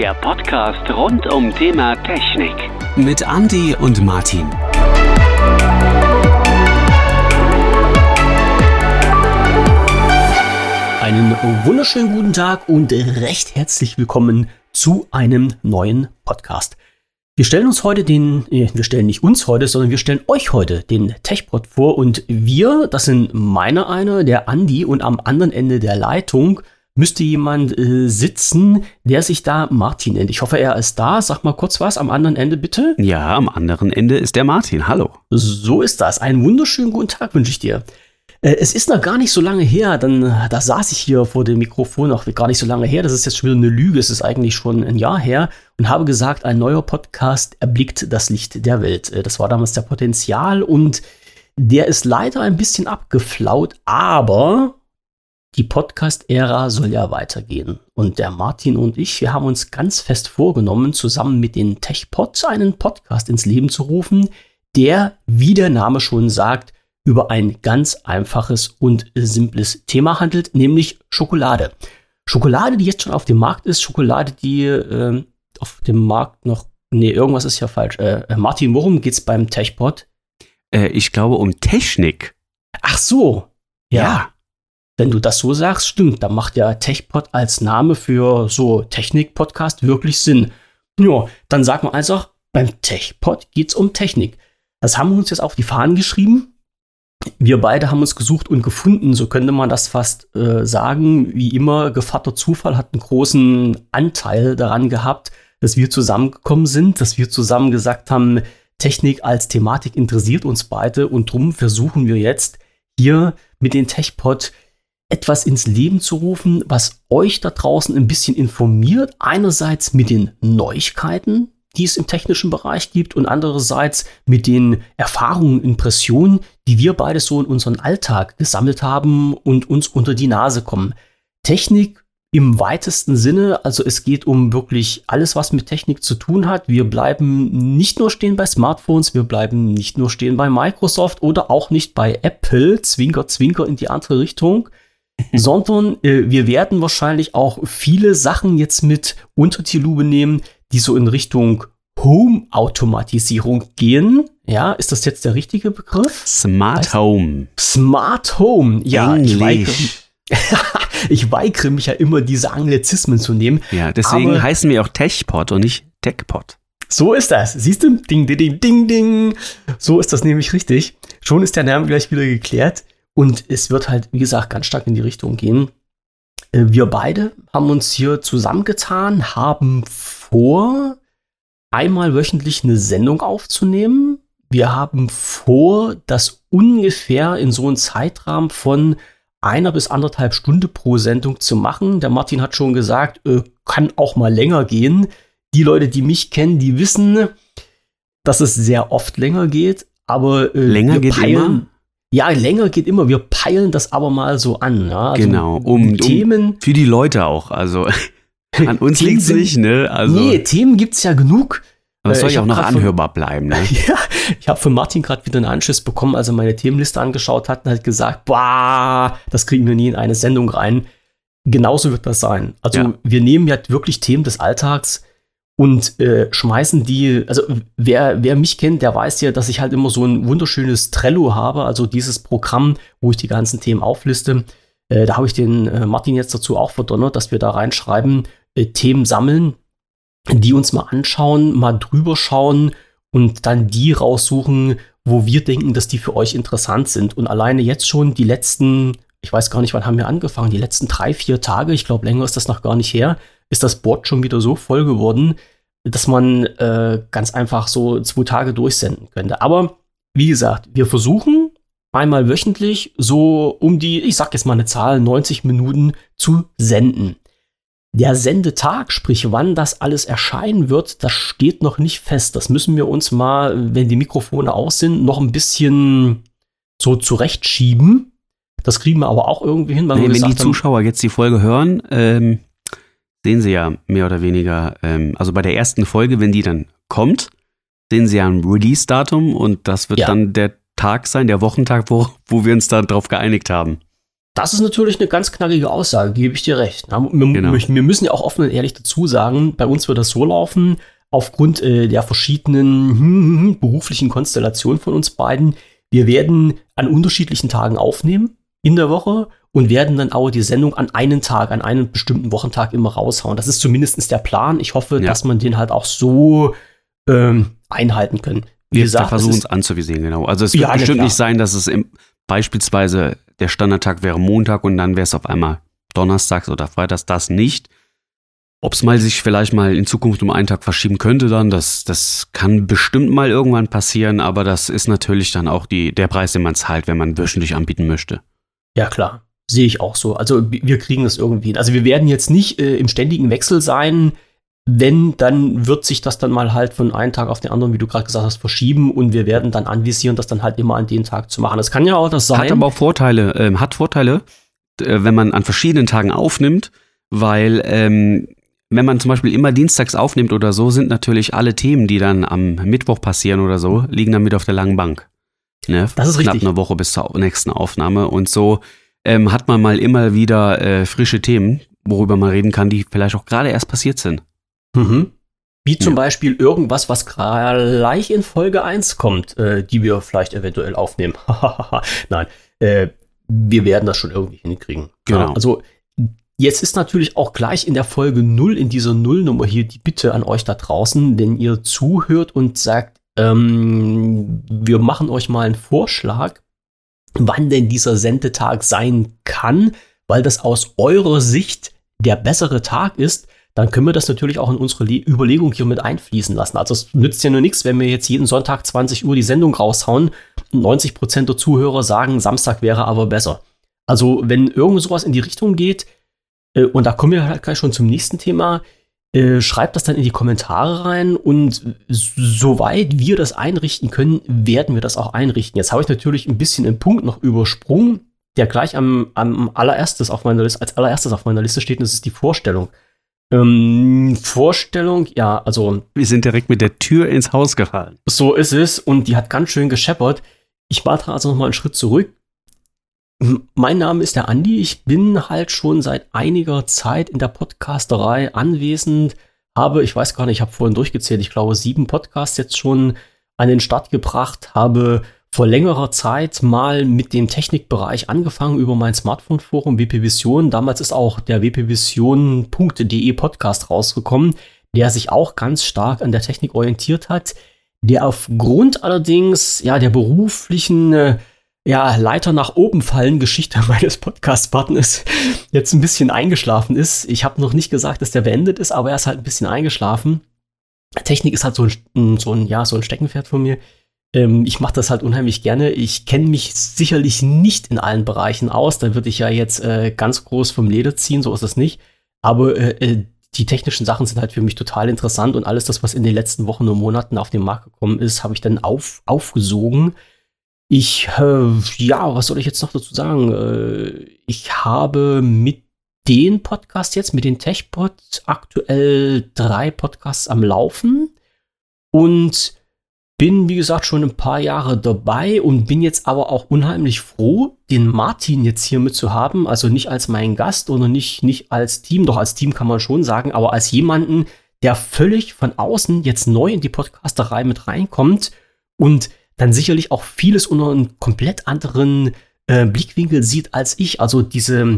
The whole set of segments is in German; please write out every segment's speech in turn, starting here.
Der Podcast rund um Thema Technik. Mit Andi und Martin. Einen wunderschönen guten Tag und recht herzlich willkommen zu einem neuen Podcast. Wir stellen uns heute wir stellen nicht uns heute, sondern wir stellen euch heute den TechPod vor und wir, das sind einer, der Andi, und am anderen Ende der Leitung müsste jemand sitzen, der sich da Martin nennt. Ich hoffe, er ist da. Sag mal kurz was am anderen Ende, bitte. Ja, am anderen Ende ist der Martin. Hallo. So ist das. Einen wunderschönen guten Tag wünsche ich dir. Es ist noch gar nicht so lange her, da saß ich hier vor dem Mikrofon, noch gar nicht so lange her, das ist jetzt schon wieder eine Lüge, es ist eigentlich schon ein Jahr her, und habe gesagt, ein neuer Podcast erblickt das Licht der Welt. Das war damals der Potenzial und der ist leider ein bisschen abgeflaut, aber die Podcast-Ära soll ja weitergehen. Und der Martin und ich, wir haben uns ganz fest vorgenommen, zusammen mit den TechPods einen Podcast ins Leben zu rufen, der, wie der Name schon sagt, über ein ganz einfaches und simples Thema handelt, nämlich Schokolade. Schokolade, die jetzt schon auf dem Markt ist, Schokolade, die auf dem Markt noch, irgendwas ist ja falsch. Martin, worum geht's beim TechPod? Ich glaube um Technik. Ach so, ja. Wenn du das so sagst, stimmt, dann macht ja TechPod als Name für so Technik-Podcast wirklich Sinn. Ja, dann sagen wir einfach, beim TechPod geht's um Technik. Das haben wir uns jetzt auf die Fahnen geschrieben. Wir beide haben uns gesucht und gefunden, so könnte man das fast sagen. Wie immer, Gevatter Zufall hat einen großen Anteil daran gehabt, dass wir zusammengekommen sind, dass wir zusammen gesagt haben, Technik als Thematik interessiert uns beide und drum versuchen wir jetzt hier mit den TechPod etwas ins Leben zu rufen, was euch da draußen ein bisschen informiert. Einerseits mit den Neuigkeiten, die es im technischen Bereich gibt, und andererseits mit den Erfahrungen, Impressionen, die wir beide so in unserem Alltag gesammelt haben und uns unter die Nase kommen. Technik im weitesten Sinne, also es geht um wirklich alles, was mit Technik zu tun hat. Wir bleiben nicht nur stehen bei Smartphones, wir bleiben nicht nur stehen bei Microsoft oder auch nicht bei Apple, Zwinker, Zwinker in die andere Richtung, sondern wir werden wahrscheinlich auch viele Sachen jetzt mit unter die Lupe nehmen, die so in Richtung Home-Automatisierung gehen. Ja, ist das jetzt der richtige Begriff? Smart Home. Smart Home, ja. Englisch. Ich weigere mich ja immer, diese Anglizismen zu nehmen. Ja, deswegen heißen wir auch TechPod und nicht TechPod. So ist das. Siehst du? Ding, ding, ding, ding, ding. So ist das nämlich richtig. Schon ist der Name gleich wieder geklärt. Und es wird halt, wie gesagt, ganz stark in die Richtung gehen. Wir beide haben uns hier zusammengetan, haben vor, einmal wöchentlich eine Sendung aufzunehmen. Wir haben vor, das ungefähr in so einem Zeitrahmen von 1 bis 1,5 Stunden pro Sendung zu machen. Der Martin hat schon gesagt, kann auch mal länger gehen. Die Leute, die mich kennen, die wissen, dass es sehr oft länger geht. Aber länger geht immer? Ja, länger geht immer. Wir peilen das aber mal so an. Ja? Also genau, um Themen. Für die Leute auch. Also an uns liegt es nicht, ne? Also, nee, Themen gibt es ja genug. Aber es soll ja auch noch anhörbar bleiben, ne? Ja, ich habe von Martin gerade wieder einen Anschiss bekommen, als er meine Themenliste angeschaut hat und hat gesagt, boah, das kriegen wir nie in eine Sendung rein. Genauso wird das sein. Also wir nehmen ja wirklich Themen des Alltags und schmeißen die, also wer mich kennt, der weiß ja, dass ich halt immer so ein wunderschönes Trello habe, also dieses Programm, wo ich die ganzen Themen aufliste. Da habe ich den Martin jetzt dazu auch verdonnert, dass wir da reinschreiben, Themen sammeln, die uns mal anschauen, mal drüber schauen und dann die raussuchen, wo wir denken, dass die für euch interessant sind. Und alleine jetzt schon die letzten, ich weiß gar nicht, wann haben wir angefangen, die letzten 3-4 Tage, ich glaube, länger ist das noch gar nicht her, ist das Board schon wieder so voll geworden, dass man ganz einfach so 2 Tage durchsenden könnte. Aber wie gesagt, wir versuchen einmal wöchentlich so um die, ich sag jetzt mal eine Zahl, 90 Minuten zu senden. Der Sendetag, sprich wann das alles erscheinen wird, das steht noch nicht fest. Das müssen wir uns mal, wenn die Mikrofone aus sind, noch ein bisschen so zurechtschieben. Das kriegen wir aber auch irgendwie hin. Wenn die Zuschauer jetzt die Folge hören, sehen sie ja mehr oder weniger, also bei der ersten Folge, wenn die dann kommt, sehen sie ja ein Release-Datum und das wird dann der Tag sein, der Wochentag, wo wir uns da drauf geeinigt haben. Das ist natürlich eine ganz knackige Aussage, gebe ich dir recht. Wir müssen ja auch offen und ehrlich dazu sagen, bei uns wird das so laufen, aufgrund der verschiedenen beruflichen Konstellationen von uns beiden. Wir werden an unterschiedlichen Tagen aufnehmen in der Woche und werden dann auch die Sendung an einen Tag, an einen bestimmten Wochentag immer raushauen. Das ist zumindest der Plan. Ich hoffe, dass man den halt auch so einhalten können. Wie gesagt, versuchen es anzuvisieren, genau. Also es wird bestimmt nicht sein, dass es beispielsweise der Standardtag wäre Montag und dann wäre es auf einmal Donnerstags oder Freitags, das nicht. Ob es mal sich vielleicht mal in Zukunft um einen Tag verschieben könnte dann, das kann bestimmt mal irgendwann passieren, aber das ist natürlich dann auch der Preis, den man zahlt, wenn man wöchentlich anbieten möchte. Ja, klar. Sehe ich auch so. Also wir kriegen das irgendwie hin. Also wir werden jetzt nicht im ständigen Wechsel sein. Wenn, dann wird sich das dann mal halt von einem Tag auf den anderen, wie du gerade gesagt hast, verschieben und wir werden dann anvisieren, das dann halt immer an den Tag zu machen. Das kann ja auch das sein. Hat aber auch Vorteile, wenn man an verschiedenen Tagen aufnimmt, weil wenn man zum Beispiel immer dienstags aufnimmt oder so, sind natürlich alle Themen, die dann am Mittwoch passieren oder so, liegen dann mit auf der langen Bank. Ne? Das ist richtig. Knapp eine Woche bis zur nächsten Aufnahme und so hat man mal immer wieder frische Themen, worüber man reden kann, die vielleicht auch gerade erst passiert sind. Wie zum Beispiel irgendwas, was gleich in Folge 1 kommt, die wir vielleicht eventuell aufnehmen. Nein, wir werden das schon irgendwie hinkriegen. Genau. Ja, also jetzt ist natürlich auch gleich in der Folge 0, in dieser Nullnummer hier, die Bitte an euch da draußen, wenn ihr zuhört und sagt, wir machen euch mal einen Vorschlag, wann denn dieser Sendetag sein kann, weil das aus eurer Sicht der bessere Tag ist, dann können wir das natürlich auch in unsere Überlegung hier mit einfließen lassen. Also es nützt ja nur nichts, wenn wir jetzt jeden Sonntag 20 Uhr die Sendung raushauen und 90% der Zuhörer sagen, Samstag wäre aber besser. Also wenn irgend sowas in die Richtung geht, und da kommen wir halt gleich schon zum nächsten Thema, schreibt das dann in die Kommentare rein und soweit wir das einrichten können, werden wir das auch einrichten. Jetzt habe ich natürlich ein bisschen einen Punkt noch übersprungen, der gleich als allererstes auf meiner Liste steht, und das ist die Vorstellung. Ja, also. Wir sind direkt mit der Tür ins Haus gefallen. So ist es und die hat ganz schön gescheppert. Ich mache also noch mal einen Schritt zurück. Mein Name ist der Andi. Ich bin halt schon seit einiger Zeit in der Podcasterei anwesend. Ich weiß gar nicht, ich habe vorhin durchgezählt, ich glaube 7 Podcasts jetzt schon an den Start gebracht, habe vor längerer Zeit mal mit dem Technikbereich angefangen über mein Smartphone-Forum WP Vision. Damals ist auch der wpvision.de Podcast rausgekommen, der sich auch ganz stark an der Technik orientiert hat, der aufgrund allerdings der beruflichen Leiter nach oben fallen Geschichte meines Podcast-Partners jetzt ein bisschen eingeschlafen ist. Ich habe noch nicht gesagt, dass der beendet ist, aber er ist halt ein bisschen eingeschlafen. Technik ist halt so ein Steckenpferd von mir. Ich mache das halt unheimlich gerne. Ich kenne mich sicherlich nicht in allen Bereichen aus. Da würde ich ja jetzt ganz groß vom Leder ziehen, so ist es nicht. Aber die technischen Sachen sind halt für mich total interessant und alles das, was in den letzten Wochen und Monaten auf den Markt gekommen ist, habe ich dann aufgesogen. Was soll ich jetzt noch dazu sagen? Ich habe mit den Podcasts jetzt, mit den TechPod, aktuell 3 Podcasts am Laufen und bin, wie gesagt, schon ein paar Jahre dabei und bin jetzt aber auch unheimlich froh, den Martin jetzt hier mit zu haben. Also nicht als meinen Gast oder nicht als Team, doch als Team kann man schon sagen, aber als jemanden, der völlig von außen jetzt neu in die Podcasterei mit reinkommt und dann sicherlich auch vieles unter einem komplett anderen Blickwinkel sieht als ich. Also diese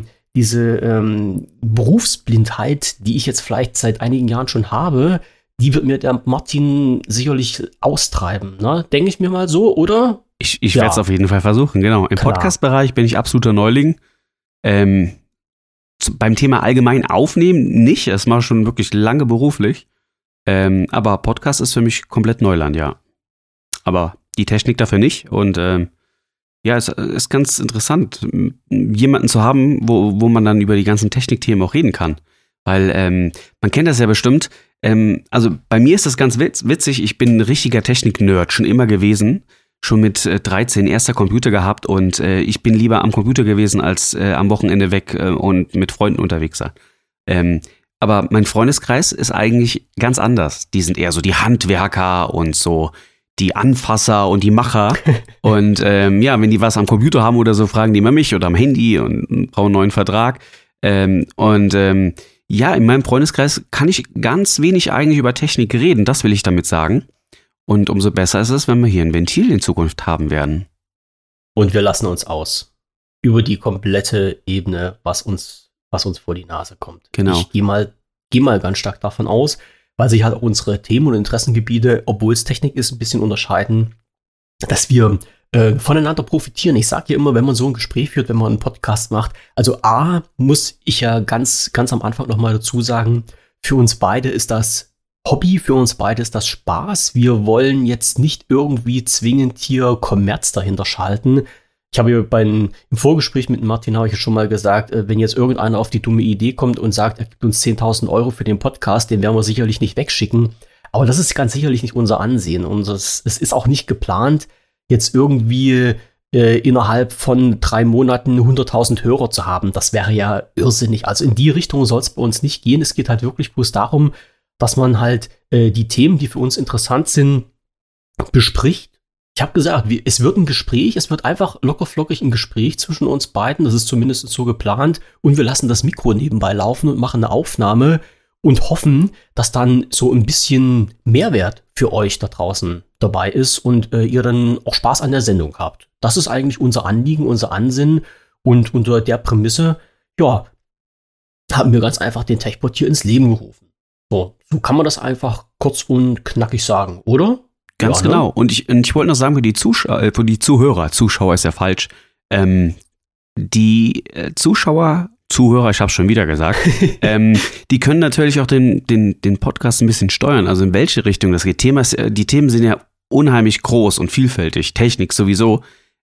Berufsblindheit, die ich jetzt vielleicht seit einigen Jahren schon habe, die wird mir der Martin sicherlich austreiben, ne? Denke ich mir mal so, oder? Ich werde es auf jeden Fall versuchen, genau. Im Podcast-Bereich bin ich absoluter Neuling. Beim Thema allgemein aufnehmen nicht, das mache ich schon wirklich lange beruflich. Aber Podcast ist für mich komplett Neuland, ja. Aber die Technik dafür nicht und es ist ganz interessant, jemanden zu haben, wo man dann über die ganzen Technikthemen auch reden kann. Weil man kennt das ja bestimmt. Also bei mir ist das ganz witzig. Ich bin ein richtiger Technik-Nerd, schon immer gewesen. Schon mit 13 erster Computer gehabt und ich bin lieber am Computer gewesen, als am Wochenende weg und mit Freunden unterwegs sein. Aber mein Freundeskreis ist eigentlich ganz anders. Die sind eher so die Handwerker und so die Anfasser und die Macher. Und wenn die was am Computer haben oder so, fragen die immer mich oder am Handy und brauchen einen neuen Vertrag. In meinem Freundeskreis kann ich ganz wenig eigentlich über Technik reden, das will ich damit sagen. Und umso besser ist es, wenn wir hier ein Ventil in Zukunft haben werden. Und wir lassen uns aus über die komplette Ebene, was uns vor die Nase kommt. Genau. Ich gehe mal ganz stark davon aus, weil sich halt auch unsere Themen und Interessengebiete, obwohl es Technik ist, ein bisschen unterscheiden, dass wir voneinander profitieren. Ich sage ja immer, wenn man so ein Gespräch führt, wenn man einen Podcast macht, also A, muss ich ja ganz am Anfang nochmal dazu sagen, für uns beide ist das Hobby, für uns beide ist das Spaß. Wir wollen jetzt nicht irgendwie zwingend hier Kommerz dahinter schalten. Ich habe im Vorgespräch mit Martin habe ich schon mal gesagt, wenn jetzt irgendeiner auf die dumme Idee kommt und sagt, er gibt uns 10.000 Euro für den Podcast, den werden wir sicherlich nicht wegschicken. Aber das ist ganz sicherlich nicht unser Ansehen. Es ist auch nicht geplant, jetzt irgendwie innerhalb von 3 Monaten 100.000 Hörer zu haben. Das wäre ja irrsinnig. Also in die Richtung soll es bei uns nicht gehen. Es geht halt wirklich bloß darum, dass man halt die Themen, die für uns interessant sind, bespricht. Ich habe gesagt, es wird ein Gespräch, es wird einfach lockerflockig ein Gespräch zwischen uns beiden. Das ist zumindest so geplant. Und wir lassen das Mikro nebenbei laufen und machen eine Aufnahme und hoffen, dass dann so ein bisschen Mehrwert für euch da draußen dabei ist und ihr dann auch Spaß an der Sendung habt. Das ist eigentlich unser Anliegen, unser Ansinnen. Und unter der Prämisse, ja, haben wir ganz einfach den TechPod hier ins Leben gerufen. So kann man das einfach kurz und knackig sagen, oder? Ganz genau. Und ich wollte noch sagen, für die Zuhörer ist ja falsch, die Zuhörer, ich habe es schon wieder gesagt, die können natürlich auch den Podcast ein bisschen steuern, also in welche Richtung das geht. Die Themen sind ja unheimlich groß und vielfältig, Technik sowieso,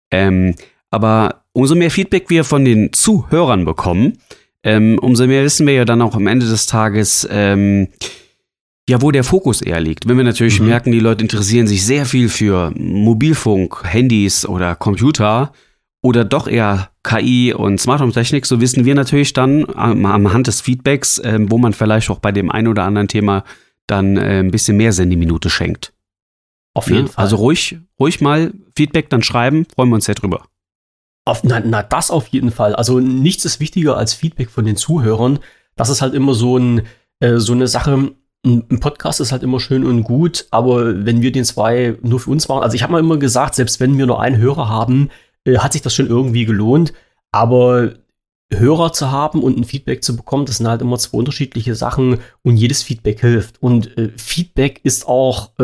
aber umso mehr Feedback wir von den Zuhörern bekommen, umso mehr wissen wir ja dann auch am Ende des Tages, wo der Fokus eher liegt. Wenn wir natürlich merken, die Leute interessieren sich sehr viel für Mobilfunk, Handys oder Computer oder doch eher KI und Smart Home Technik, so wissen wir natürlich dann anhand des Feedbacks, wo man vielleicht auch bei dem einen oder anderen Thema dann ein bisschen mehr Sendeminute schenkt. Auf jeden Fall. Also ruhig mal Feedback dann schreiben, freuen wir uns sehr drüber. Das auf jeden Fall. Also nichts ist wichtiger als Feedback von den Zuhörern. Das ist halt immer so eine Sache. Ein Podcast ist halt immer schön und gut, aber wenn wir den 2 nur für uns machen, also ich habe mal immer gesagt, selbst wenn wir nur einen Hörer haben, hat sich das schon irgendwie gelohnt, aber Hörer zu haben und ein Feedback zu bekommen, das sind halt immer 2 unterschiedliche Sachen und jedes Feedback hilft. Und Feedback ist auch,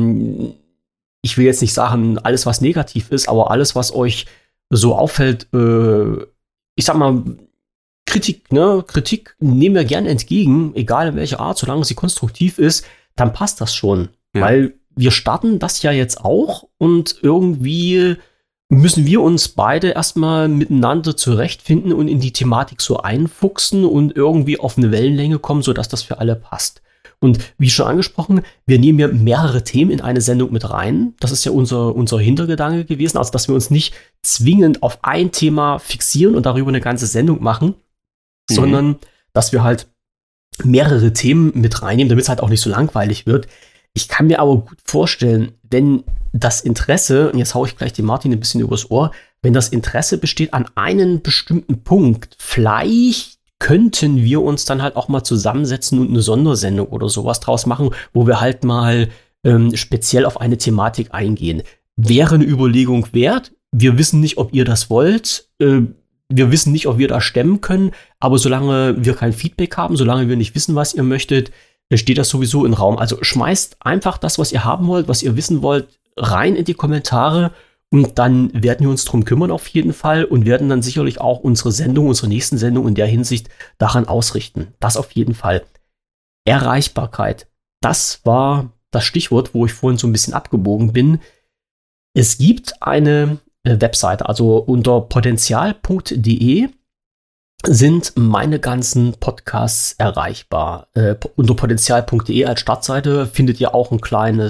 ich will jetzt nicht sagen, alles, was negativ ist, aber alles, was euch so auffällt, ich sag mal, Kritik nehmen wir gerne entgegen, egal in welcher Art, solange sie konstruktiv ist, dann passt das schon. Ja. Weil wir starten das ja jetzt auch und irgendwie müssen wir uns beide erstmal miteinander zurechtfinden und in die Thematik so einfuchsen und irgendwie auf eine Wellenlänge kommen, sodass das für alle passt. Und wie schon angesprochen, wir nehmen ja mehrere Themen in eine Sendung mit rein. Das ist ja unser Hintergedanke gewesen, also dass wir uns nicht zwingend auf ein Thema fixieren und darüber eine ganze Sendung machen, sondern dass wir halt mehrere Themen mit reinnehmen, damit es halt auch nicht so langweilig wird. Ich kann mir aber gut vorstellen, wenn das Interesse, und jetzt haue ich gleich den Martin ein bisschen übers Ohr, wenn das Interesse besteht an einem bestimmten Punkt, vielleicht könnten wir uns dann halt auch mal zusammensetzen und eine Sondersendung oder sowas draus machen, wo wir halt mal speziell auf eine Thematik eingehen. Wäre eine Überlegung wert. Wir wissen nicht, ob ihr das wollt. Wir wissen nicht, ob wir das stemmen können, aber solange wir kein Feedback haben, solange wir nicht wissen, was ihr möchtet, steht das sowieso im Raum. Also schmeißt einfach das, was ihr haben wollt, was ihr wissen wollt, rein in die Kommentare und dann werden wir uns drum kümmern auf jeden Fall und werden dann sicherlich auch unsere nächsten Sendung in der Hinsicht daran ausrichten. Das auf jeden Fall. Erreichbarkeit. Das war das Stichwort, wo ich vorhin so ein bisschen abgebogen bin. Es gibt eine Webseite, also unter potenzial.de sind meine ganzen Podcasts erreichbar. Unter potenzial.de als Startseite findet ihr auch einen kleinen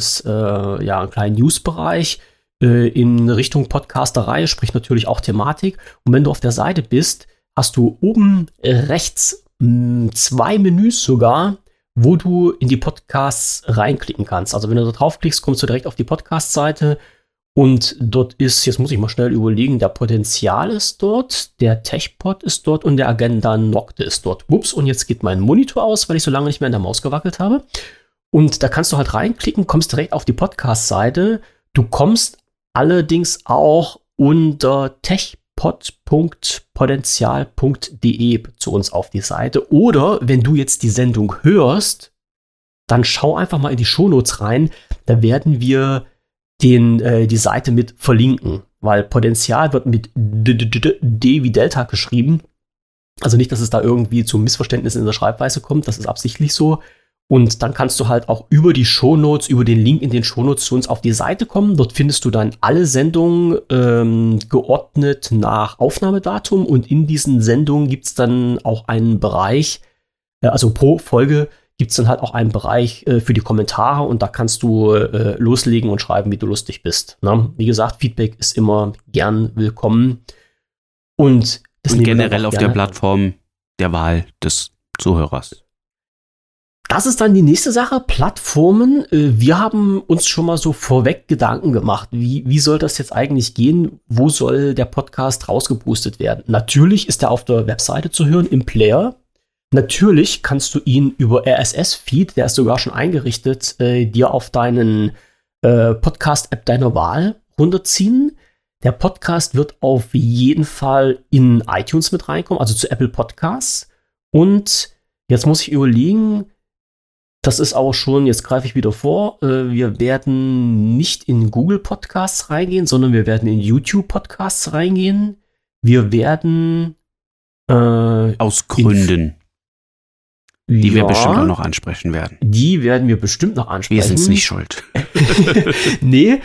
Newsbereich in Richtung Podcasterei, sprich natürlich auch Thematik. Und wenn du auf der Seite bist, hast du oben rechts 2 Menüs sogar, wo du in die Podcasts reinklicken kannst. Also wenn du da draufklickst, kommst du direkt auf die Podcast-Seite und dort ist, jetzt muss ich mal schnell überlegen, der Potenzial ist dort, der TechPod ist dort und der Agenda Nocte ist dort. Ups, und jetzt geht mein Monitor aus, weil ich so lange nicht mehr in der Maus gewackelt habe. Und da kannst du halt reinklicken, kommst direkt auf die Podcast-Seite. Du kommst allerdings auch unter techpod.potenzial.de zu uns auf die Seite. Oder wenn du jetzt die Sendung hörst, dann schau einfach mal in die Shownotes rein. Da werden wir die Seite mit verlinken, weil Potenzial wird mit D wie Delta geschrieben. Also nicht, dass es da irgendwie zu Missverständnissen in der Schreibweise kommt, das ist absichtlich so. Und dann kannst du halt auch über die Shownotes, über den Link in den Shownotes zu uns auf die Seite kommen. Dort findest du dann alle Sendungen geordnet nach Aufnahmedatum und in diesen Sendungen gibt es dann auch einen Bereich, also pro Folge gibt es dann halt auch einen Bereich für die Kommentare und da kannst du loslegen und schreiben, wie du lustig bist. Ne? Wie gesagt, Feedback ist immer gern willkommen. Und generell auf der Plattform der Wahl des Zuhörers. Das ist dann die nächste Sache, Plattformen. Wir haben uns schon mal so vorweg Gedanken gemacht. Wie soll das jetzt eigentlich gehen? Wo soll der Podcast rausgeboostet werden? Natürlich ist er auf der Webseite zu hören, im Player. Natürlich kannst du ihn über RSS-Feed, der ist sogar schon eingerichtet, dir auf deinen Podcast-App deiner Wahl runterziehen. Der Podcast wird auf jeden Fall in iTunes mit reinkommen, also zu Apple Podcasts. Und jetzt muss ich überlegen, das ist auch schon, jetzt greife ich wieder vor, wir werden nicht in Google Podcasts reingehen, sondern wir werden in YouTube Podcasts reingehen. Wir werden aus Gründen, die wir bestimmt auch noch ansprechen werden. Die werden wir bestimmt noch ansprechen. Wir sind nicht schuld. Nee.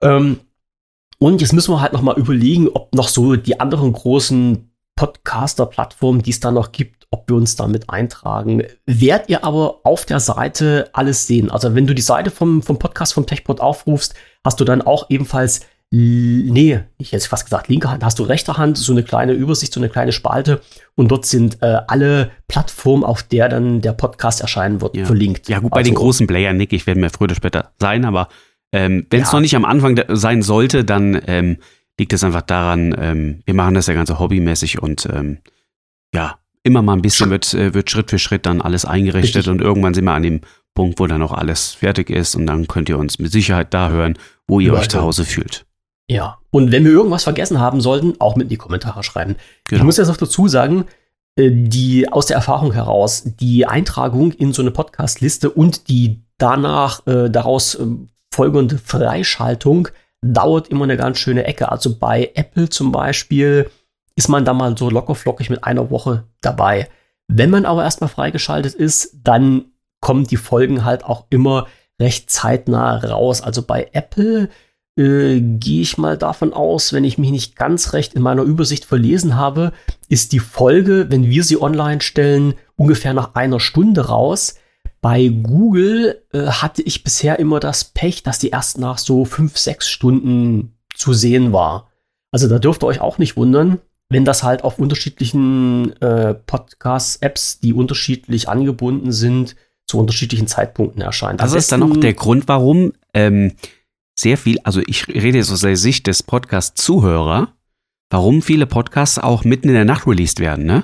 Und jetzt müssen wir halt noch mal überlegen, ob noch so die anderen großen Podcaster-Plattformen, die es da noch gibt, ob wir uns damit eintragen. Werdet ihr aber auf der Seite alles sehen. Also wenn du die Seite vom Podcast vom TechPod aufrufst, hast du dann auch ebenfalls, ich hätte fast gesagt linke Hand, hast du rechte Hand, so eine kleine Übersicht, so eine kleine Spalte und dort sind alle Plattformen, auf der dann der Podcast erscheinen wird, verlinkt. Ja gut, bei den großen Playern, Nick, ich werde mir früher oder später sein, aber wenn es noch nicht am Anfang sein sollte, dann liegt es einfach daran, wir machen das ja ganz hobbymäßig und immer mal ein bisschen wird Schritt für Schritt dann alles eingerichtet. Richtig. Und irgendwann sind wir an dem Punkt, wo dann auch alles fertig ist und dann könnt ihr uns mit Sicherheit da hören, wo ihr euch zu Hause fühlt. Ja, und wenn wir irgendwas vergessen haben sollten, auch mit in die Kommentare schreiben. Genau. Ich muss jetzt noch dazu sagen, aus der Erfahrung heraus, die Eintragung in so eine Podcast-Liste und die danach daraus folgende Freischaltung dauert immer eine ganz schöne Ecke. Also bei Apple zum Beispiel ist man da mal so lockerflockig mit einer Woche dabei. Wenn man aber erstmal freigeschaltet ist, dann kommen die Folgen halt auch immer recht zeitnah raus. Also bei Apple gehe ich mal davon aus, wenn ich mich nicht ganz recht in meiner Übersicht verlesen habe, ist die Folge, wenn wir sie online stellen, ungefähr nach einer Stunde raus. Bei Google hatte ich bisher immer das Pech, dass die erst nach so 5-6 Stunden zu sehen war. Also da dürft ihr euch auch nicht wundern, wenn das halt auf unterschiedlichen Podcast-Apps, die unterschiedlich angebunden sind, zu unterschiedlichen Zeitpunkten erscheint. Das ist dann auch der Grund, warum sehr viel, also ich rede jetzt aus der Sicht des Podcast-Zuhörer, warum viele Podcasts auch mitten in der Nacht released werden, ne?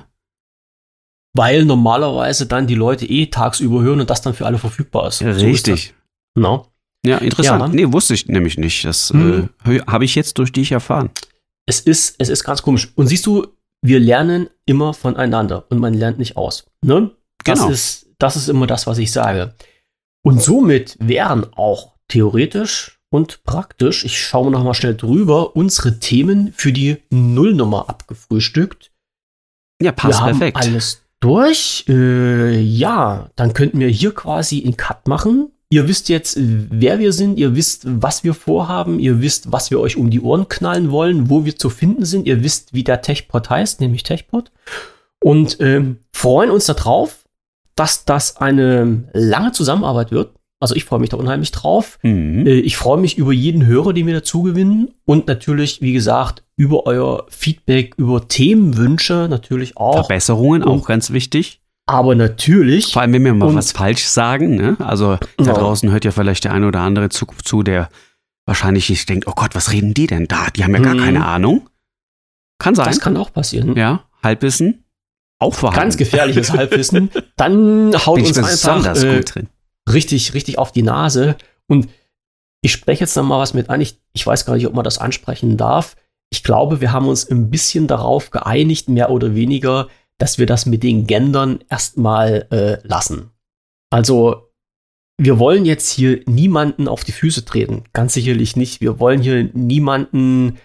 Weil normalerweise dann die Leute tagsüber hören und das dann für alle verfügbar ist. Richtig. So no. Ja, interessant. Ja. Nee, wusste ich nämlich nicht. Das habe ich jetzt durch dich erfahren. Es ist ganz komisch. Und siehst du, wir lernen immer voneinander und man lernt nicht aus. Ne? Genau. Das ist immer das, was ich sage. Und somit wären auch theoretisch und praktisch, ich schaue noch mal schnell drüber, unsere Themen für die Nullnummer abgefrühstückt. Ja, passt perfekt. Alles durch. Ja, dann könnten wir hier quasi einen Cut machen. Ihr wisst jetzt, wer wir sind, ihr wisst, was wir vorhaben, ihr wisst, was wir euch um die Ohren knallen wollen, wo wir zu finden sind, ihr wisst, wie der TechPod heißt, nämlich TechPod. Und freuen uns darauf, dass das eine lange Zusammenarbeit wird. Also ich freue mich da unheimlich drauf. Mhm. Ich freue mich über jeden Hörer, den wir dazu gewinnen. Und natürlich, wie gesagt, über euer Feedback, über Themenwünsche natürlich auch. Verbesserungen, auch ganz wichtig. Aber natürlich. Vor allem, wenn wir mal was falsch sagen, ne? Also da draußen hört ja vielleicht der eine oder andere zu, der wahrscheinlich nicht denkt, oh Gott, was reden die denn da? Die haben ja gar keine Ahnung. Kann sein. Das kann auch passieren. Ja, Halbwissen. Auch vorhanden. Ganz gefährliches Halbwissen. Dann haut uns einfach gut drin. richtig auf die Nase. Und ich spreche jetzt noch mal was mit an. Ich weiß gar nicht, ob man das ansprechen darf. Ich glaube, wir haben uns ein bisschen darauf geeinigt, mehr oder weniger, dass wir das mit den Gendern erstmal lassen. Also, wir wollen jetzt hier niemanden auf die Füße treten. Ganz sicherlich nicht. Wir wollen hier niemanden,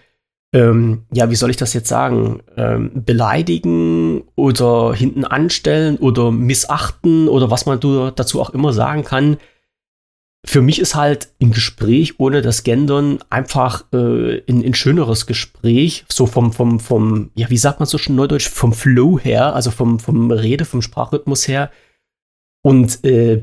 wie soll ich das jetzt sagen, beleidigen oder hinten anstellen oder missachten oder was man dazu auch immer sagen kann. Für mich ist halt ein Gespräch ohne das Gendern einfach ein schöneres Gespräch, so vom wie sagt man so schön neudeutsch, vom Flow her, also vom Sprachrhythmus her. Und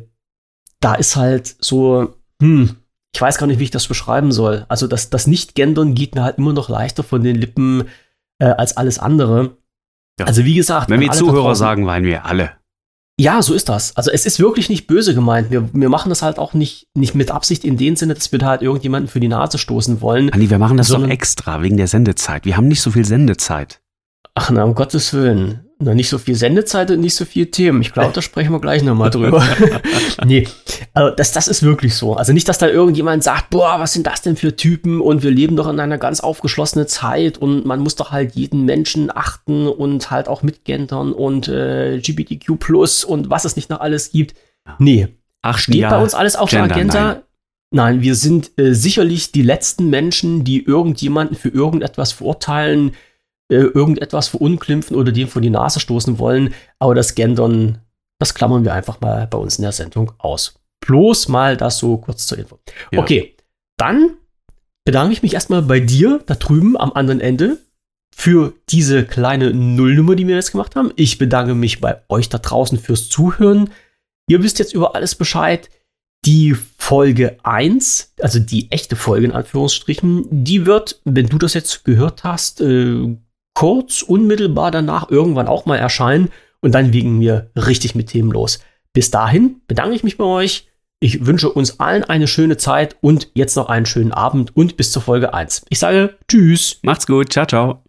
da ist halt so, ich weiß gar nicht, wie ich das beschreiben soll. Also das Nicht-Gendern geht mir halt immer noch leichter von den Lippen als alles andere. Ja. Also wie gesagt, wenn wir Zuhörer sagen, meinen wir alle. Ja, so ist das. Also es ist wirklich nicht böse gemeint. Wir machen das halt auch nicht mit Absicht in dem Sinne, dass wir da halt irgendjemanden für die Nase stoßen wollen. Andi, wir machen das doch extra, wegen der Sendezeit. Wir haben nicht so viel Sendezeit. Ach na, um Gottes Willen. Na, nicht so viel Sendezeit und nicht so viel Themen. Ich glaube, da sprechen wir gleich nochmal drüber. Nee, also das ist wirklich so. Also nicht, dass da irgendjemand sagt, boah, was sind das denn für Typen und wir leben doch in einer ganz aufgeschlossenen Zeit und man muss doch halt jeden Menschen achten und halt auch mitgendern und LGBTQ+ und was es nicht noch alles gibt. Nee, steht bei uns alles auf der Agenda. Nein, wir sind sicherlich die letzten Menschen, die irgendjemanden für irgendetwas verurteilen, irgendetwas verunglimpfen oder dem vor die Nase stoßen wollen. Aber das Gendern, das klammern wir einfach mal bei uns in der Sendung aus. Bloß mal das so kurz zur Info. Ja. Okay, dann bedanke ich mich erstmal bei dir da drüben am anderen Ende für diese kleine Nullnummer, die wir jetzt gemacht haben. Ich bedanke mich bei euch da draußen fürs Zuhören. Ihr wisst jetzt über alles Bescheid. Die Folge 1, also die echte Folge in Anführungsstrichen, die wird, wenn du das jetzt gehört hast, kurz, unmittelbar danach irgendwann auch mal erscheinen und dann legen wir richtig mit Themen los. Bis dahin bedanke ich mich bei euch. Ich wünsche uns allen eine schöne Zeit und jetzt noch einen schönen Abend und bis zur Folge 1. Ich sage Tschüss. Macht's gut. Ciao, ciao.